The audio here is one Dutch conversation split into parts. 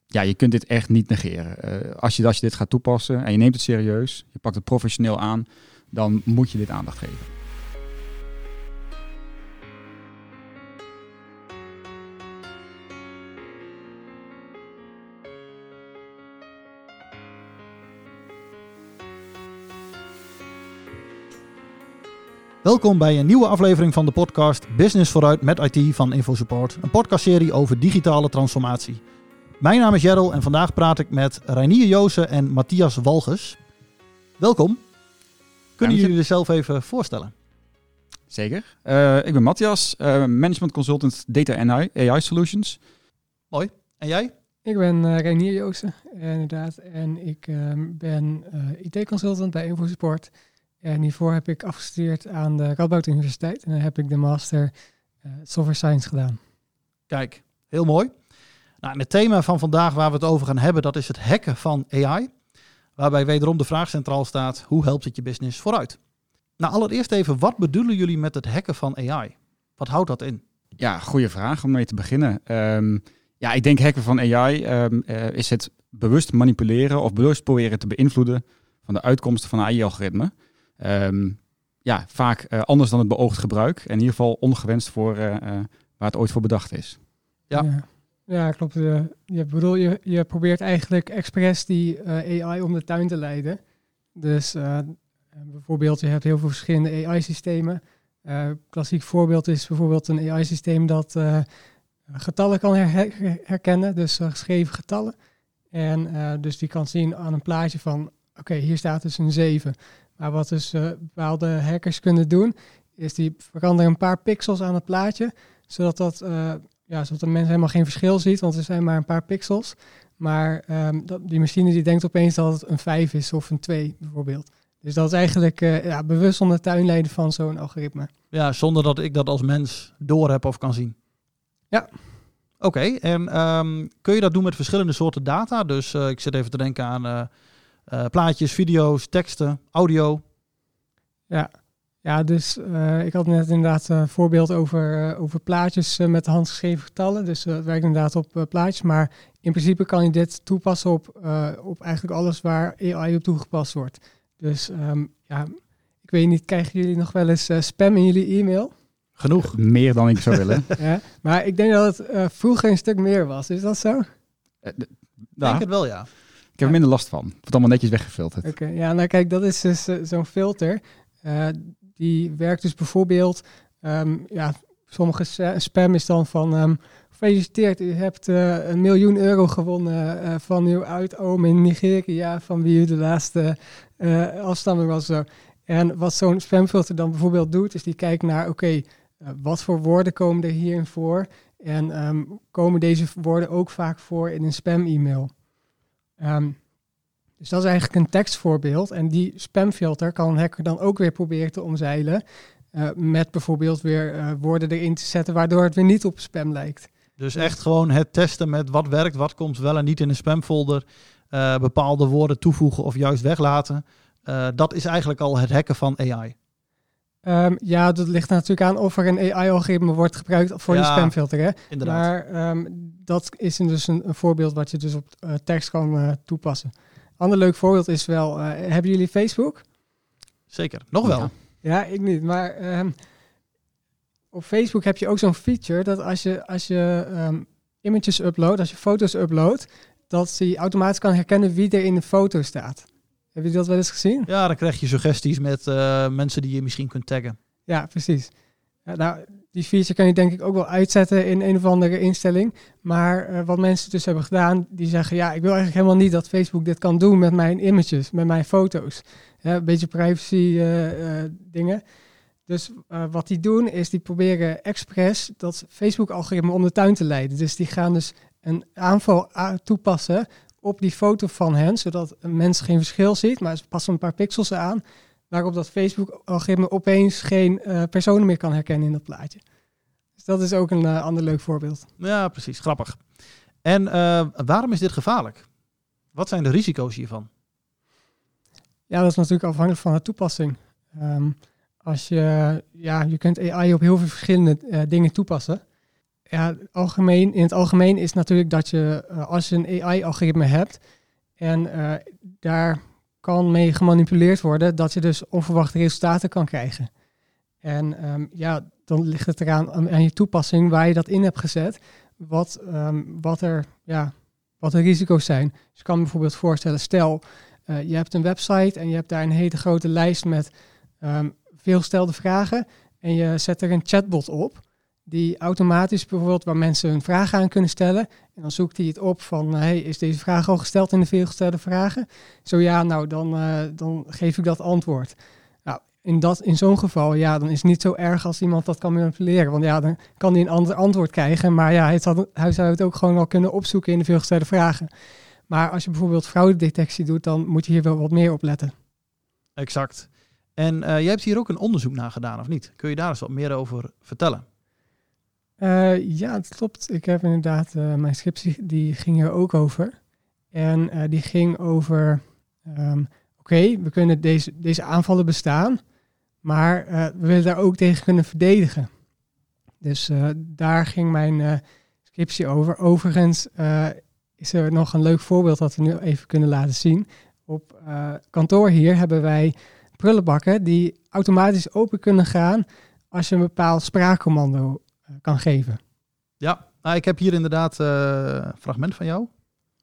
ja, je kunt dit echt niet negeren. Als je dit gaat toepassen en je neemt het serieus, je pakt het professioneel aan, dan moet je dit aandacht geven. Welkom bij een nieuwe aflevering van de podcast Business vooruit met IT van InfoSupport. Een podcastserie over digitale transformatie. Mijn naam is Jerrel en vandaag praat ik met Reinier Joosen en Matthias Walges. Welkom. Kunnen jullie jezelf even voorstellen? Zeker. Ik ben Matthias, management consultant Data en AI Solutions. Mooi. En jij? Ik ben Reinier Joosen, inderdaad. En ik ben IT-consultant bij InfoSupport. En hiervoor heb ik afgestudeerd aan de Radboud Universiteit. En dan heb ik de master Software Science gedaan. Kijk, heel mooi. Nou, het thema van vandaag waar we het over gaan hebben, dat is het hacken van AI. Waarbij wederom de vraag centraal staat, hoe helpt het je business vooruit? Nou, allereerst even, wat bedoelen jullie met het hacken van AI? Wat houdt dat in? Ja, goede vraag om mee te beginnen. Ik denk hacken van AI is het bewust manipuleren of bewust proberen te beïnvloeden van de uitkomsten van een AI-algoritme. Vaak anders dan het beoogd gebruik. En in ieder geval ongewenst voor waar het ooit voor bedacht is. Ja, klopt. Je probeert eigenlijk expres die AI om de tuin te leiden. Dus bijvoorbeeld, je hebt heel veel verschillende AI-systemen. Klassiek voorbeeld is bijvoorbeeld een AI-systeem dat getallen kan herkennen, dus geschreven getallen. En dus die kan zien aan een plaatje van, oké, hier staat dus een 7. Maar wat dus bepaalde hackers kunnen doen, is die veranderen een paar pixels aan het plaatje, zodat zodat de mens helemaal geen verschil ziet, want er zijn maar een paar pixels. Maar die machine die denkt opeens dat het een 5 is of een 2 bijvoorbeeld. Dus dat is eigenlijk bewust om de tuin leiden van zo'n algoritme. Ja, zonder dat ik dat als mens doorheb of kan zien. Ja. Oké, en kun je dat doen met verschillende soorten data? Dus ik zit even te denken aan plaatjes, video's, teksten, audio. Ja, dus ik had net inderdaad een voorbeeld over plaatjes met de handgeschreven getallen. Dus het werkt inderdaad op plaatjes. Maar in principe kan je dit toepassen op eigenlijk alles waar AI op toegepast wordt. Dus ik weet niet, krijgen jullie nog wel eens spam in jullie e-mail? Genoeg. Meer dan ik zou willen. Ja, maar ik denk dat het vroeger een stuk meer was. Is dat zo? Denk het wel, ja. Ik heb er minder last van. Het wordt allemaal netjes weggefilterd. Oké, ja, nou kijk, dat is dus zo'n filter. Die werkt dus bijvoorbeeld, sommige spam is dan van, gefeliciteerd, u hebt €1 miljoen gewonnen van uw uitoom in Nigeria, van wie u de laatste afstammer was. Zo. En wat zo'n spamfilter dan bijvoorbeeld doet, is die kijkt naar, wat voor woorden komen er hierin voor? En komen deze woorden ook vaak voor in een spam-e-mail? Dus dat is eigenlijk een tekstvoorbeeld. En die spamfilter kan een hacker dan ook weer proberen te omzeilen. Met bijvoorbeeld weer woorden erin te zetten, waardoor het weer niet op spam lijkt. Dus echt gewoon het testen met wat werkt, wat komt wel en niet in een spamfolder. Bepaalde woorden toevoegen of juist weglaten. Dat is eigenlijk al het hacken van AI. Dat ligt natuurlijk aan of er een AI-algoritme wordt gebruikt voor je spamfilter. Hè? Inderdaad. Maar dat is dus een voorbeeld wat je dus op tekst kan toepassen. Ander leuk voorbeeld is wel, hebben jullie Facebook? Zeker, nog wel. Ja, ik niet. Maar op Facebook heb je ook zo'n feature dat als je images uploadt, als je foto's uploadt, dat hij automatisch kan herkennen wie er in de foto staat. Heb je dat wel eens gezien? Ja, dan krijg je suggesties met mensen die je misschien kunt taggen. Ja, precies. Die feature kan je denk ik ook wel uitzetten in een of andere instelling. Maar wat mensen dus hebben gedaan, die zeggen, ik wil eigenlijk helemaal niet dat Facebook dit kan doen met mijn images, met mijn foto's. Een beetje privacy dingen. Dus wat die doen, is die proberen expres dat Facebook-algoritme om de tuin te leiden. Dus die gaan dus een aanval toepassen op die foto van hen, zodat een mens geen verschil ziet, maar ze passen een paar pixels aan, waarop dat Facebook-algoritme opeens geen personen meer kan herkennen in dat plaatje. Dus dat is ook een ander leuk voorbeeld. Ja, precies. Grappig. En waarom is dit gevaarlijk? Wat zijn de risico's hiervan? Ja, dat is natuurlijk afhankelijk van de toepassing. Je kunt AI op heel veel verschillende dingen toepassen. in het algemeen is natuurlijk dat je, als je een AI-algoritme hebt en daar kan mee gemanipuleerd worden, dat je dus onverwachte resultaten kan krijgen. En dan ligt het eraan aan je toepassing waar je dat in hebt gezet, wat er risico's zijn. Dus je kan me bijvoorbeeld voorstellen, stel, je hebt een website en je hebt daar een hele grote lijst met veel gestelde vragen en je zet er een chatbot op die automatisch bijvoorbeeld waar mensen hun vragen aan kunnen stellen en dan zoekt hij het op van is deze vraag al gesteld in de veelgestelde vragen? Zo ja, nou dan geef ik dat antwoord. Nou, in zo'n geval, dan is het niet zo erg als iemand dat kan manipuleren, want dan kan hij een ander antwoord krijgen, maar hij zou het ook gewoon wel kunnen opzoeken in de veelgestelde vragen. Maar als je bijvoorbeeld fraudedetectie doet, dan moet je hier wel wat meer op letten. Exact. En jij hebt hier ook een onderzoek naar gedaan, of niet? Kun je daar eens wat meer over vertellen? Ja, het klopt. Ik heb inderdaad, mijn scriptie die ging er ook over. En die ging over, we kunnen deze aanvallen bestaan, maar we willen daar ook tegen kunnen verdedigen. Dus daar ging mijn scriptie over. Overigens is er nog een leuk voorbeeld dat we nu even kunnen laten zien. Op kantoor hier hebben wij prullenbakken die automatisch open kunnen gaan als je een bepaald spraakcommando kan geven. Ja, ik heb hier inderdaad een fragment van jou.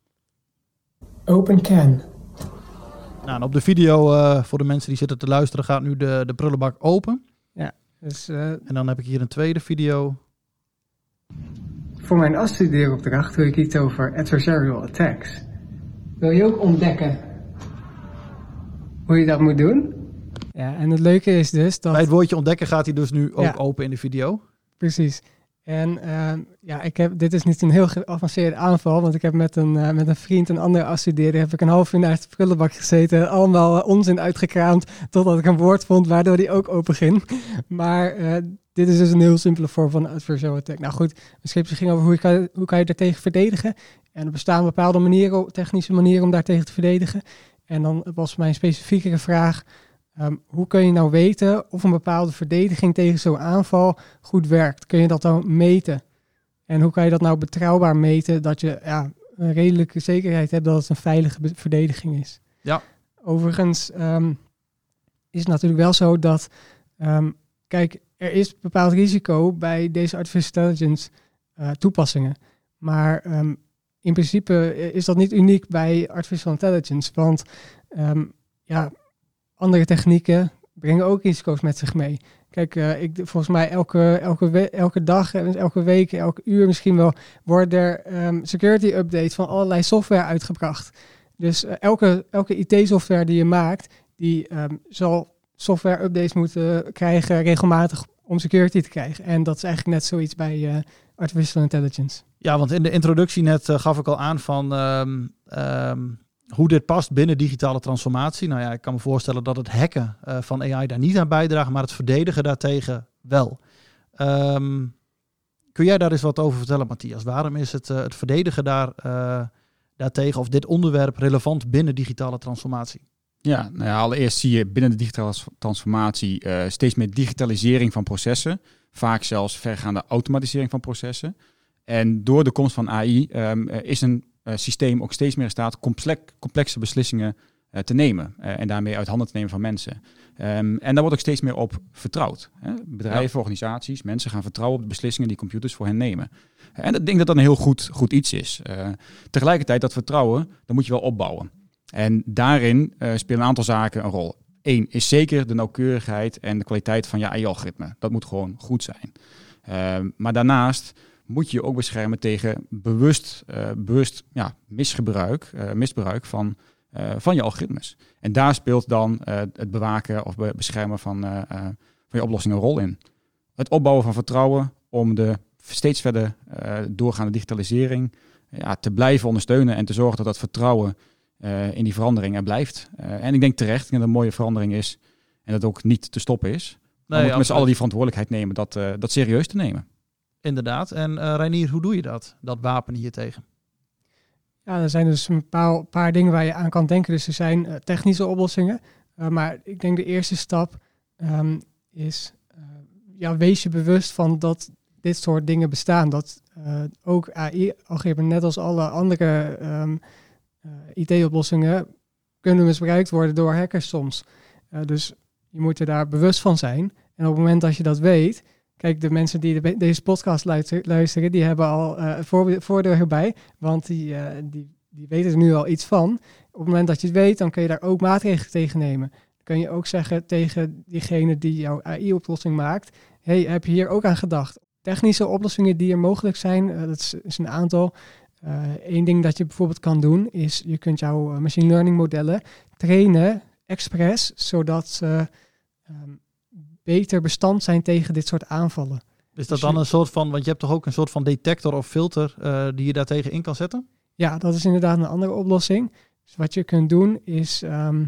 Open can. Nou, en op de video, voor de mensen die zitten te luisteren, gaat nu de prullenbak open. Ja. Dus, en dan heb ik hier een tweede video. Voor mijn afstudeeropdracht doe ik iets over adversarial attacks. Wil je ook ontdekken hoe je dat moet doen? Ja, en het leuke is dus dat... Bij het woordje ontdekken gaat hij dus nu ook open in de video. Precies. En dit is niet een heel geavanceerde aanval, want ik heb met een vriend, een andere afstudeerder, heb ik een half uur naar de prullenbak gezeten, allemaal onzin uitgekraamd, totdat ik een woord vond waardoor die ook open ging. Maar dit is dus een heel simpele vorm van adversarial attack. Nou goed, mijn scriptie ging over hoe kan je daartegen verdedigen. En er bestaan bepaalde manieren, technische manieren om daartegen te verdedigen. En dan was mijn specifiekere vraag, hoe kun je nou weten of een bepaalde verdediging tegen zo'n aanval goed werkt? Kun je dat dan meten? En hoe kan je dat nou betrouwbaar meten dat je een redelijke zekerheid hebt dat het een veilige verdediging is? Ja. Overigens is het natuurlijk wel zo dat, er is bepaald risico bij deze artificial intelligence toepassingen. Maar in principe is dat niet uniek bij artificial intelligence, want andere technieken brengen ook risico's met zich mee. Kijk, volgens mij elke dag, elke week, elke uur misschien wel, worden er security updates van allerlei software uitgebracht. Dus elke IT-software die je maakt, die zal software updates moeten krijgen regelmatig om security te krijgen. En dat is eigenlijk net zoiets bij artificial intelligence. Ja, want in de introductie net gaf ik al aan van hoe dit past binnen digitale transformatie. Nou ja, ik kan me voorstellen dat het hacken van AI daar niet aan bijdraagt, maar het verdedigen daartegen wel. Kun jij daar eens wat over vertellen, Matthias? Waarom is het verdedigen daartegen of dit onderwerp relevant binnen digitale transformatie? Ja, allereerst zie je binnen de digitale transformatie steeds meer digitalisering van processen. Vaak zelfs vergaande automatisering van processen. En door de komst van AI is een systeem ook steeds meer in staat complexe beslissingen te nemen. En daarmee uit handen te nemen van mensen. En daar wordt ook steeds meer op vertrouwd. Bedrijven, organisaties, mensen gaan vertrouwen op de beslissingen die computers voor hen nemen. En ik denk dat dat een heel goed iets is. Tegelijkertijd dat vertrouwen, dat moet je wel opbouwen. En daarin spelen een aantal zaken een rol. 1 is zeker de nauwkeurigheid en de kwaliteit van je AI-algoritme. Dat moet gewoon goed zijn. Maar daarnaast moet je je ook beschermen tegen bewust misbruik van je algoritmes. En daar speelt dan het bewaken of beschermen van je oplossing een rol in. Het opbouwen van vertrouwen om de steeds verder doorgaande digitalisering te blijven ondersteunen en te zorgen dat dat vertrouwen in die verandering er blijft. En ik denk terecht dat een mooie verandering is en dat ook niet te stoppen is. Maar we met z'n allen die verantwoordelijkheid nemen dat serieus te nemen. Inderdaad. En Reinier, hoe doe je dat wapenen hier tegen? Ja, er zijn dus een paar dingen waar je aan kan denken. Dus er zijn technische oplossingen. Maar ik denk de eerste stap is, wees je bewust van dat dit soort dingen bestaan. Dat ook AI-algoritmen, net als alle andere IT-oplossingen, kunnen misbruikt worden door hackers soms. Dus je moet er daar bewust van zijn. En op het moment dat je dat weet... Kijk, de mensen die deze podcast luisteren, die hebben al voordeel erbij. Want die weten er nu al iets van. Op het moment dat je het weet, dan kun je daar ook maatregelen tegen nemen. Dan kun je ook zeggen tegen diegene die jouw AI-oplossing maakt... Hey, heb je hier ook aan gedacht? Technische oplossingen die er mogelijk zijn, dat is een aantal. Eén ding dat je bijvoorbeeld kan doen, is je kunt jouw machine learning modellen trainen expres, zodat ze beter bestand zijn tegen dit soort aanvallen. Is dat dan een soort van, want je hebt toch ook een soort van detector of filter die je daartegen in kan zetten? Ja, dat is inderdaad een andere oplossing. Dus wat je kunt doen is,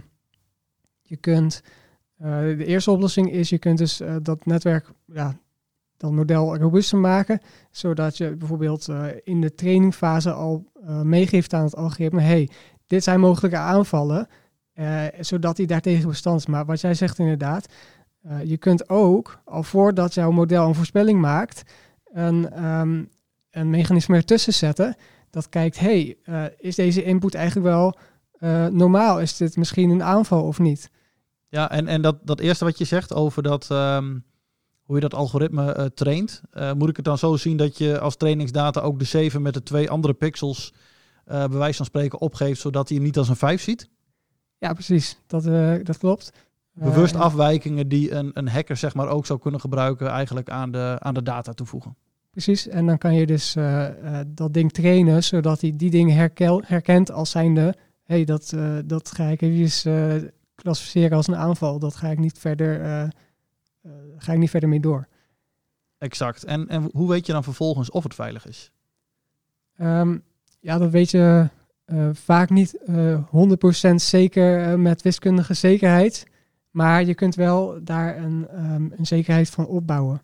de eerste oplossing is, je kunt dus dat netwerk, dat model robuuster maken, zodat je bijvoorbeeld in de trainingfase al meegeeft aan het algoritme, hey, dit zijn mogelijke aanvallen, zodat hij daartegen bestand is. Maar wat jij zegt inderdaad, je kunt ook, al voordat jouw model een voorspelling maakt, een mechanisme ertussen zetten dat kijkt, is deze input eigenlijk wel normaal? Is dit misschien een aanval of niet? Ja, en dat eerste wat je zegt over dat, hoe je dat algoritme traint, moet ik het dan zo zien dat je als trainingsdata ook de 7 met de 2 andere pixels bij wijze van spreken opgeeft, zodat hij hem niet als een 5 ziet? Ja, precies. Dat klopt. Bewust afwijkingen die een hacker zeg maar ook zou kunnen gebruiken eigenlijk aan de data toevoegen. Precies, en dan kan je dus dat ding trainen, zodat hij die dingen herkent als zijnde, dat ga ik even klassificeren als een aanval. Dat ga ik niet verder mee door. Exact. En hoe weet je dan vervolgens of het veilig is? Dat weet je vaak niet 100% zeker met wiskundige zekerheid. Maar je kunt wel daar een zekerheid van opbouwen.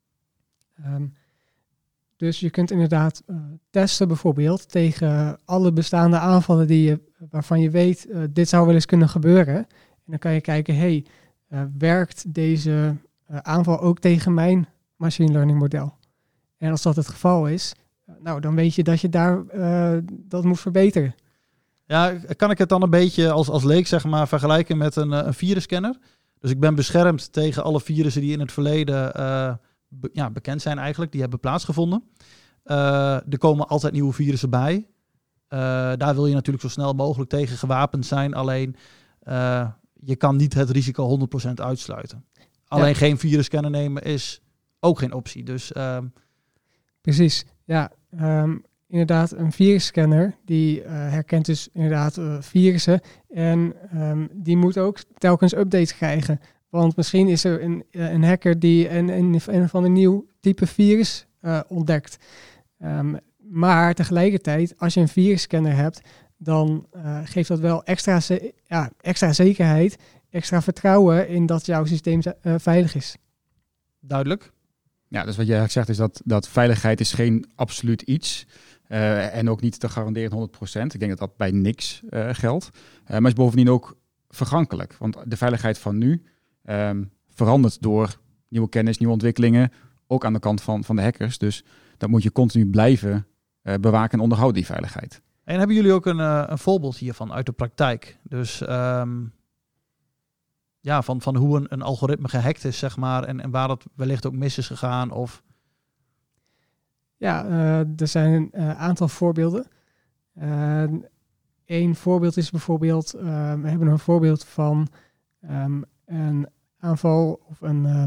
Dus je kunt inderdaad testen bijvoorbeeld tegen alle bestaande aanvallen waarvan je weet, dit zou wel eens kunnen gebeuren. En dan kan je kijken, werkt deze aanval ook tegen mijn machine learning model? En als dat het geval is, dan weet je dat je daar dat moet verbeteren. Ja, kan ik het dan een beetje als leek zeg maar vergelijken met een virusscanner? Dus ik ben beschermd tegen alle virussen die in het verleden bekend zijn eigenlijk, die hebben plaatsgevonden. Er komen altijd nieuwe virussen bij. Daar wil je natuurlijk zo snel mogelijk tegen gewapend zijn. Alleen je kan niet het risico 100% uitsluiten. Alleen geen virusscanner nemen is ook geen optie. Dus, precies, ja. Inderdaad, een virusscanner die herkent dus inderdaad virussen. En die moet ook telkens updates krijgen. Want misschien is er een hacker die een van een nieuw type virus ontdekt. Maar tegelijkertijd, als je een virusscanner hebt, dan geeft dat wel extra zekerheid, extra vertrouwen in dat jouw systeem veilig is. Duidelijk. Ja, dus wat jij zegt is dat veiligheid is geen absoluut iets. En ook niet te garanderen 100%. Ik denk dat dat bij niks geldt. Maar is bovendien ook vergankelijk. Want de veiligheid van nu verandert door nieuwe kennis, nieuwe ontwikkelingen. Ook aan de kant van de hackers. Dus dat moet je continu blijven bewaken en onderhouden, die veiligheid. En hebben jullie ook een voorbeeld hiervan uit de praktijk? Dus van hoe een algoritme gehackt is, zeg maar. En waar het wellicht ook mis is gegaan of... Ja, er zijn een aantal voorbeelden. Eén voorbeeld is bijvoorbeeld, we hebben een voorbeeld van een aanval of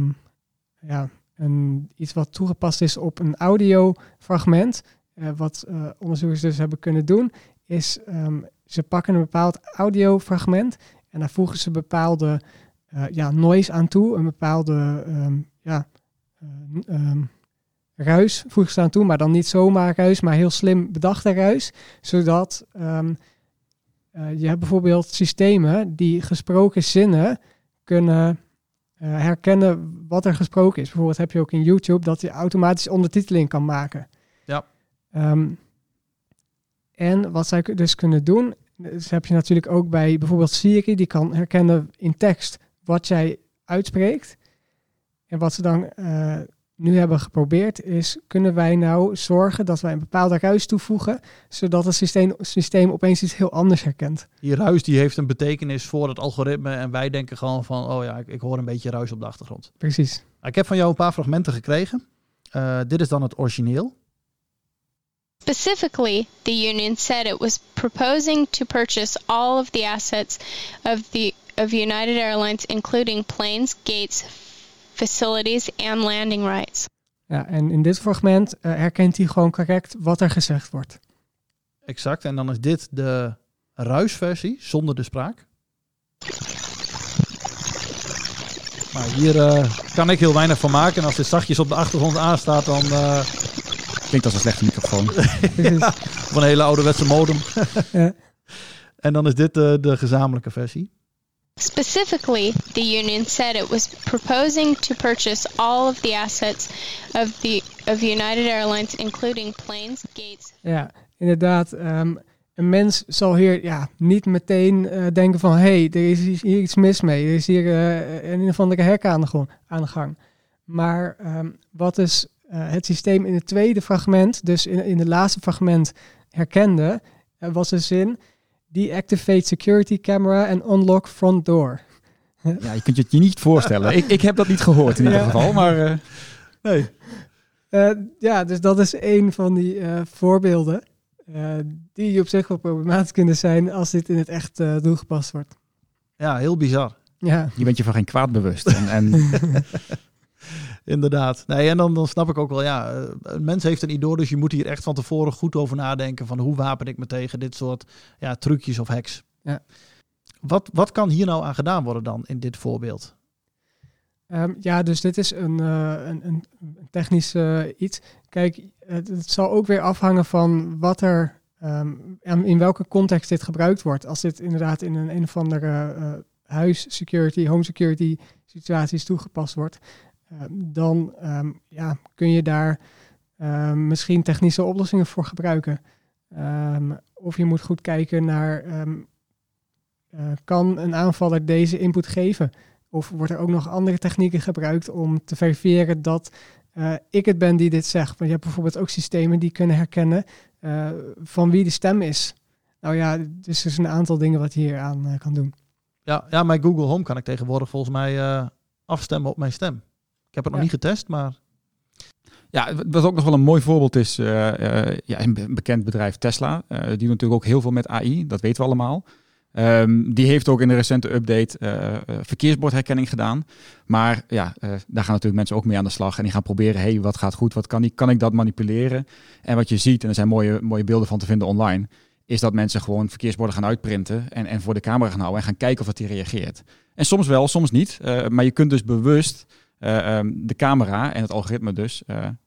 iets wat toegepast is op een audiofragment. Wat onderzoekers dus hebben kunnen doen, is ze pakken een bepaald audiofragment en daar voegen ze bepaalde noise aan toe, een bepaalde ruis voegen ze aan toe, maar dan niet zomaar ruis, maar heel slim bedachte ruis, zodat je hebt bijvoorbeeld systemen die gesproken zinnen kunnen herkennen wat er gesproken is. Bijvoorbeeld heb je ook in YouTube dat je automatisch ondertiteling kan maken. Ja. En wat zij dus kunnen doen, dus heb je natuurlijk ook bij bijvoorbeeld Siri, die kan herkennen in tekst wat jij uitspreekt. En wat ze dan nu hebben geprobeerd is, kunnen wij nou zorgen dat wij een bepaalde ruis toevoegen, zodat het systeem opeens iets heel anders herkent. Die ruis die heeft een betekenis voor het algoritme en wij denken gewoon van, ik hoor een beetje ruis op de achtergrond. Precies. Ik heb van jou een paar fragmenten gekregen. Dit is dan het origineel. Specifically, the union said it was proposing to purchase all of the assets of United Airlines, including planes, gates, facilities and landing rights. Ja, en in dit fragment herkent hij gewoon correct wat er gezegd wordt. Exact, en dan is dit de ruisversie zonder de spraak. Maar hier kan ik heel weinig van maken. En als dit zachtjes op de achtergrond aanstaat, dan... Klinkt als een slechte microfoon. Of een hele ouderwetse modem. Ja. En dan is dit de gezamenlijke versie. Specifically, the union said it was proposing to purchase all of the assets of United Airlines, including planes, gates. Ja, inderdaad. Een mens zal hier niet meteen denken van... er is hier iets mis mee. Er is hier een of andere hek aan de gang. Maar wat is het systeem in het tweede fragment... dus in het laatste fragment herkende... was de zin... Deactivate security camera en unlock front door. Ja, je kunt het je niet voorstellen. Ik heb dat niet gehoord in ieder geval, maar... Nee. Dus dat is een van die voorbeelden... die op zich wel problematisch kunnen zijn als dit in het echt toegepast wordt. Ja, heel bizar. Ja. Je bent je van geen kwaad bewust. En... Inderdaad. Nee, en dan snap ik ook wel, een mens heeft een idee, dus je moet hier echt van tevoren goed over nadenken van hoe wapen ik me tegen dit soort trucjes of hacks. Ja. Wat kan hier nou aan gedaan worden dan in dit voorbeeld? Dus dit is een technisch iets. Kijk, het zal ook weer afhangen van wat er, in welke context dit gebruikt wordt. Als dit inderdaad in een of andere huis-security, home-security situaties toegepast wordt, dan kun je daar misschien technische oplossingen voor gebruiken. Of je moet goed kijken naar, kan een aanvaller deze input geven? Of wordt er ook nog andere technieken gebruikt om te verifiëren dat ik het ben die dit zegt? Want je hebt bijvoorbeeld ook systemen die kunnen herkennen van wie de stem is. Nou ja, dus er is een aantal dingen wat je hier aan kan doen. Ja, mijn Google Home kan ik tegenwoordig volgens mij afstemmen op mijn stem. Ik heb het nog niet getest, maar... Ja, wat ook nog wel een mooi voorbeeld is, een bekend bedrijf Tesla. Die doet natuurlijk ook heel veel met AI, dat weten we allemaal. Die heeft ook in de recente update verkeersbordherkenning gedaan. Maar daar gaan natuurlijk mensen ook mee aan de slag. En die gaan proberen, wat gaat goed, wat kan ik dat manipuleren? En wat je ziet, en er zijn mooie beelden van te vinden online... is dat mensen gewoon verkeersborden gaan uitprinten en voor de camera gaan houden en gaan kijken of dat die reageert. En soms wel, soms niet. Maar je kunt dus bewust de camera en het algoritme dus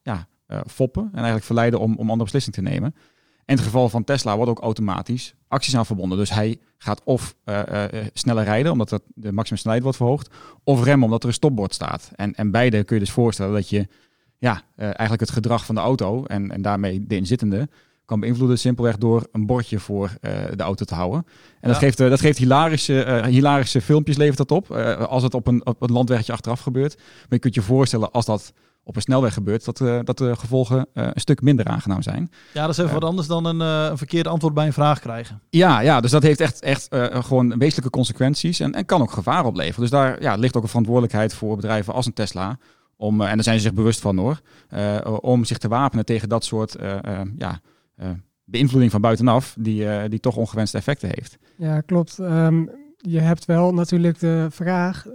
foppen en eigenlijk verleiden om andere beslissingen te nemen. En in het geval van Tesla wordt ook automatisch acties aan verbonden. Dus hij gaat of sneller rijden, omdat de maximum snelheid wordt verhoogd, of remmen, omdat er een stopbord staat. En beide kun je dus voorstellen dat je eigenlijk het gedrag van de auto en daarmee de inzittende kan beïnvloeden simpelweg door een bordje voor de auto te houden. En dat geeft hilarische filmpjes, levert dat op. Als het op een landweggetje achteraf gebeurt. Maar je kunt je voorstellen als dat op een snelweg gebeurt, dat de gevolgen een stuk minder aangenaam zijn. Ja, dat is even wat anders dan een verkeerde antwoord bij een vraag krijgen. Ja, dus dat heeft echt gewoon wezenlijke consequenties en kan ook gevaar opleveren. Dus daar ligt ook een verantwoordelijkheid voor bedrijven als een Tesla om, en daar zijn ze zich bewust van hoor, om zich te wapenen tegen dat soort beïnvloeding van buitenaf die toch ongewenste effecten heeft. Ja, klopt. Je hebt wel natuurlijk de vraag,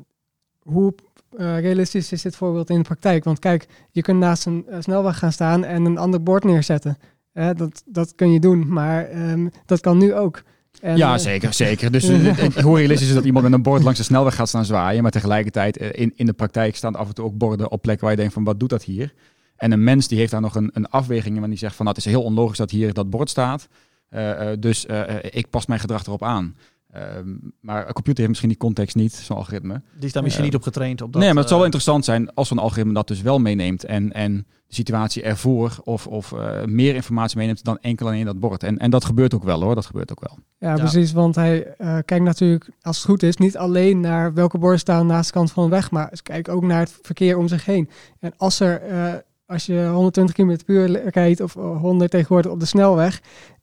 hoe realistisch is dit voorbeeld in de praktijk? Want kijk, je kunt naast een snelweg gaan staan en een ander bord neerzetten. Dat kun je doen, maar dat kan nu ook. En, ja, zeker. Dus hoe realistisch is dat iemand met een bord langs de snelweg gaat staan zwaaien, maar tegelijkertijd in de praktijk staan af en toe ook borden op plekken waar je denkt van wat doet dat hier? En een mens die heeft daar nog een afweging in, want die zegt van het is heel onlogisch dat hier dat bord staat. Dus ik pas mijn gedrag erop aan. Maar een computer heeft misschien die context niet, zo'n algoritme. Die is daar misschien niet op getraind. Op dat, nee, maar het zal wel interessant zijn als zo'n algoritme dat dus wel meeneemt en de situatie ervoor of meer informatie meeneemt dan enkel alleen dat bord. En dat gebeurt ook wel hoor, dat gebeurt ook wel. Ja, precies, want hij kijkt natuurlijk, als het goed is, niet alleen naar welke borden staan naast de kant van de weg, maar ze kijken ook naar het verkeer om zich heen. En als je 120 km/h rijdt of 100 tegenwoordig op de snelweg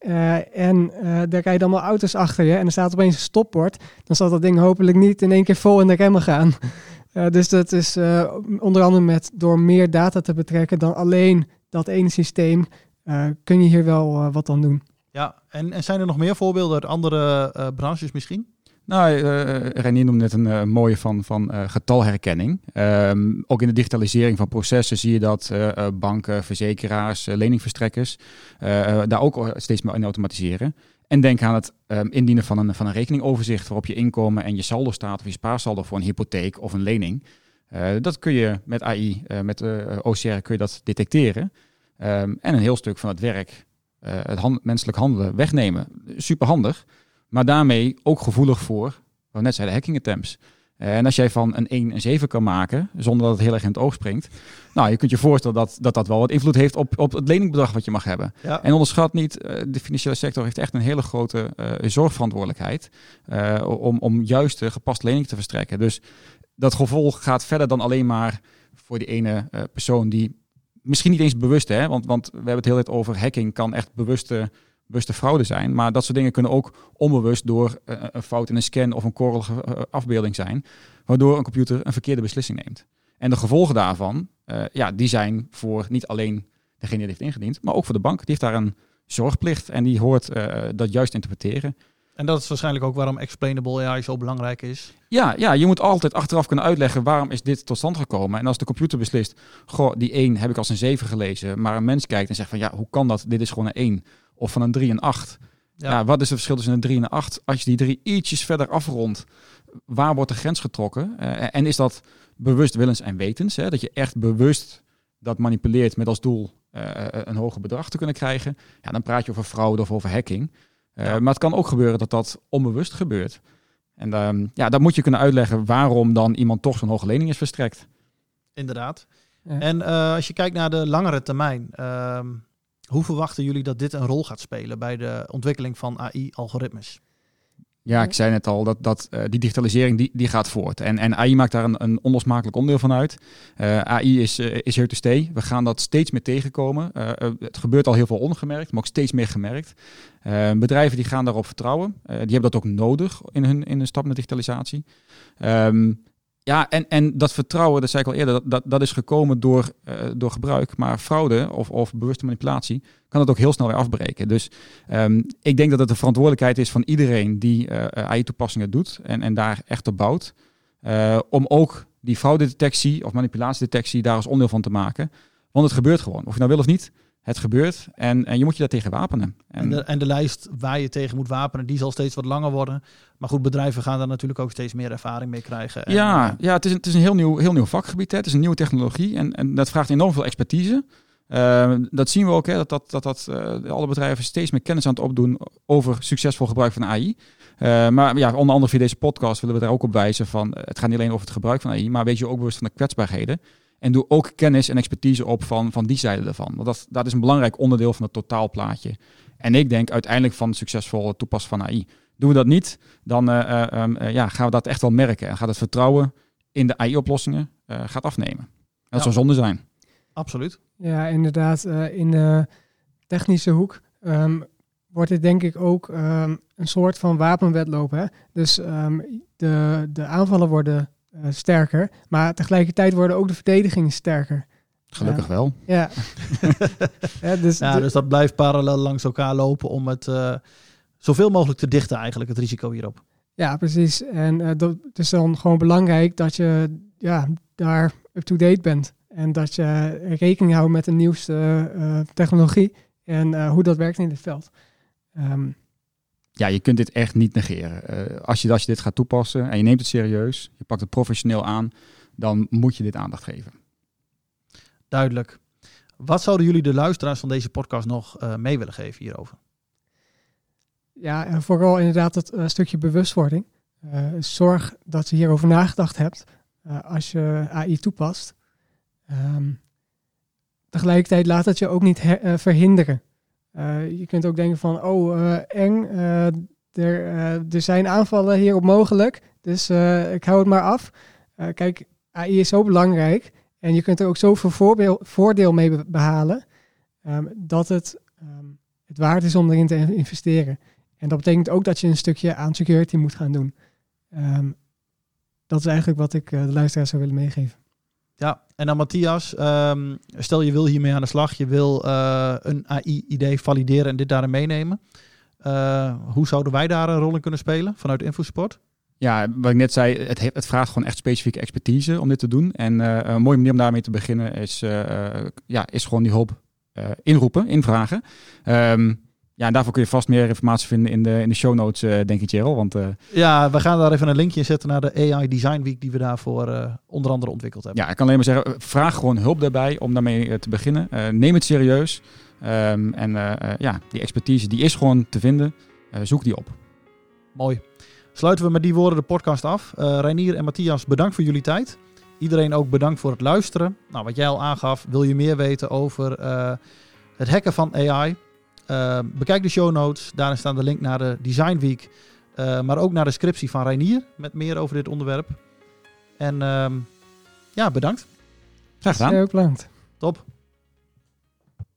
en daar rijden allemaal auto's achter je en er staat opeens een stopbord, dan zal dat ding hopelijk niet in één keer vol in de remmen gaan. Dus dat is onder andere door meer data te betrekken dan alleen dat ene systeem, kun je hier wel wat aan doen. Ja, en zijn er nog meer voorbeelden uit andere branches misschien? Nou, Reinier noemde net een mooie van getalherkenning. Ook in de digitalisering van processen zie je dat banken, verzekeraars, leningverstrekkers daar ook steeds meer in automatiseren. En denk aan het indienen van een rekeningoverzicht waarop je inkomen en je saldo staat of je spaarsaldo voor een hypotheek of een lening. Dat kun je met AI, met OCR kun je dat detecteren. En een heel stuk van het werk, het menselijk handelen, wegnemen. Superhandig. Maar daarmee ook gevoelig voor, wat we net zeiden, hacking attempts. En als jij van een 1 een 7 kan maken, zonder dat het heel erg in het oog springt. Nou, je kunt je voorstellen dat wel wat invloed heeft op het leningbedrag wat je mag hebben. Ja. En onderschat niet, de financiële sector heeft echt een hele grote zorgverantwoordelijkheid. Om juist gepaste lening te verstrekken. Dus dat gevolg gaat verder dan alleen maar voor die ene persoon die misschien niet eens bewust, hè, want we hebben het heel tijd over hacking, kan echt bewuste fraude zijn. Maar dat soort dingen kunnen ook onbewust door een fout in een scan of een korrelige afbeelding zijn, waardoor een computer een verkeerde beslissing neemt. En de gevolgen daarvan, die zijn voor niet alleen degene die heeft ingediend, maar ook voor de bank. Die heeft daar een zorgplicht en die hoort dat juist interpreteren. En dat is waarschijnlijk ook waarom explainable AI zo belangrijk is. Ja, je moet altijd achteraf kunnen uitleggen waarom is dit tot stand gekomen. En als de computer beslist, die 1 heb ik als een 7 gelezen, maar een mens kijkt en zegt van ja, hoe kan dat? Dit is gewoon een 1. Of van een 3 en 8. Ja, wat is het verschil tussen een 3 en een 8? Als je die 3 ietsjes verder afrondt, waar wordt de grens getrokken? En is dat bewust willens en wetens? Hè? Dat je echt bewust dat manipuleert met als doel een hoger bedrag te kunnen krijgen. Ja, dan praat je over fraude of over hacking. Maar het kan ook gebeuren dat dat onbewust gebeurt. En dan moet je kunnen uitleggen waarom dan iemand toch zo'n hoge lening is verstrekt. Inderdaad. Ja. En als je kijkt naar de langere termijn, hoe verwachten jullie dat dit een rol gaat spelen bij de ontwikkeling van AI-algoritmes? Ja, ik zei net al dat die digitalisering die gaat voort. En AI maakt daar een onlosmakelijk onderdeel van uit. AI is here to stay. We gaan dat steeds meer tegenkomen. Het gebeurt al heel veel ongemerkt, maar ook steeds meer gemerkt. Bedrijven die gaan daarop vertrouwen. Die hebben dat ook nodig in hun stap naar digitalisatie. En dat vertrouwen, dat zei ik al eerder, dat is gekomen door gebruik. Maar fraude of bewuste manipulatie kan het ook heel snel weer afbreken. Dus ik denk dat het de verantwoordelijkheid is van iedereen die AI-toepassingen doet en daar echt op bouwt. Om ook die fraudedetectie of manipulatiedetectie daar als onderdeel van te maken. Want het gebeurt gewoon. Of je nou wil of niet, het gebeurt. En je moet je daar tegen wapenen. En de lijst waar je tegen moet wapenen, die zal steeds wat langer worden. Maar goed, bedrijven gaan daar natuurlijk ook steeds meer ervaring mee krijgen. Het is een heel nieuw vakgebied. Hè. Het is een nieuwe technologie en dat vraagt enorm veel expertise. Dat zien we ook, hè, dat alle bedrijven steeds meer kennis aan het opdoen over succesvol gebruik van AI. Maar ja, onder andere via deze podcast willen we daar ook op wijzen van, het gaat niet alleen over het gebruik van AI, maar weet je ook bewust van de kwetsbaarheden. En doe ook kennis en expertise op van die zijde ervan. Want dat is een belangrijk onderdeel van het totaalplaatje. En ik denk uiteindelijk van het succesvolle toepassen van AI. Doen we dat niet, dan gaan we dat echt wel merken. En gaat het vertrouwen in de AI-oplossingen gaat afnemen. Dat zou zonde zijn. Absoluut. Ja, inderdaad. In de technische hoek wordt dit denk ik ook een soort van wapenwedloop. Hè? Dus de aanvallen worden sterker, maar tegelijkertijd worden ook de verdedigingen sterker. Gelukkig wel. Ja. Dus dat blijft parallel langs elkaar lopen om het zoveel mogelijk te dichten eigenlijk, het risico hierop. Ja, precies. En dat is dan gewoon belangrijk dat je daar up-to-date bent. En dat je rekening houdt met de nieuwste technologie en hoe dat werkt in het veld. Ja, je kunt dit echt niet negeren. Als je dit gaat toepassen en je neemt het serieus, je pakt het professioneel aan, dan moet je dit aandacht geven. Duidelijk. Wat zouden jullie de luisteraars van deze podcast nog mee willen geven hierover? Ja, en vooral inderdaad het stukje bewustwording. Zorg dat je hierover nagedacht hebt als je AI toepast. Tegelijkertijd laat het je ook niet verhinderen. Je kunt ook denken van, eng, er zijn aanvallen hierop mogelijk, dus ik hou het maar af. Kijk, AI is zo belangrijk en je kunt er ook zoveel voordeel mee behalen, dat het waard is om erin te investeren. En dat betekent ook dat je een stukje aan security moet gaan doen. Dat is eigenlijk wat ik de luisteraars zou willen meegeven. Ja, en dan Matthias, stel je wil hiermee aan de slag, je wil een AI-idee valideren en dit daarin meenemen. Hoe zouden wij daar een rol in kunnen spelen vanuit InfoSupport? Ja, wat ik net zei, het vraagt gewoon echt specifieke expertise om dit te doen. En een mooie manier om daarmee te beginnen is gewoon die hulp invragen. En daarvoor kun je vast meer informatie vinden in de show notes, denk ik, Gerald. Want, ja, we gaan daar even een linkje in zetten naar de AI Design Week die we daarvoor onder andere ontwikkeld hebben. Ja, ik kan alleen maar zeggen, vraag gewoon hulp daarbij om daarmee te beginnen. Neem het serieus. Die expertise die is gewoon te vinden. Zoek die op. Mooi. Sluiten we met die woorden de podcast af. Reinier en Matthias, bedankt voor jullie tijd. Iedereen ook bedankt voor het luisteren. Nou, wat jij al aangaf, wil je meer weten over het hacken van AI? Bekijk de show notes. Daarin staan de link naar de Design Week. Maar ook naar de scriptie van Reinier met meer over dit onderwerp. En bedankt. Graag gedaan. Heel bedankt. Top.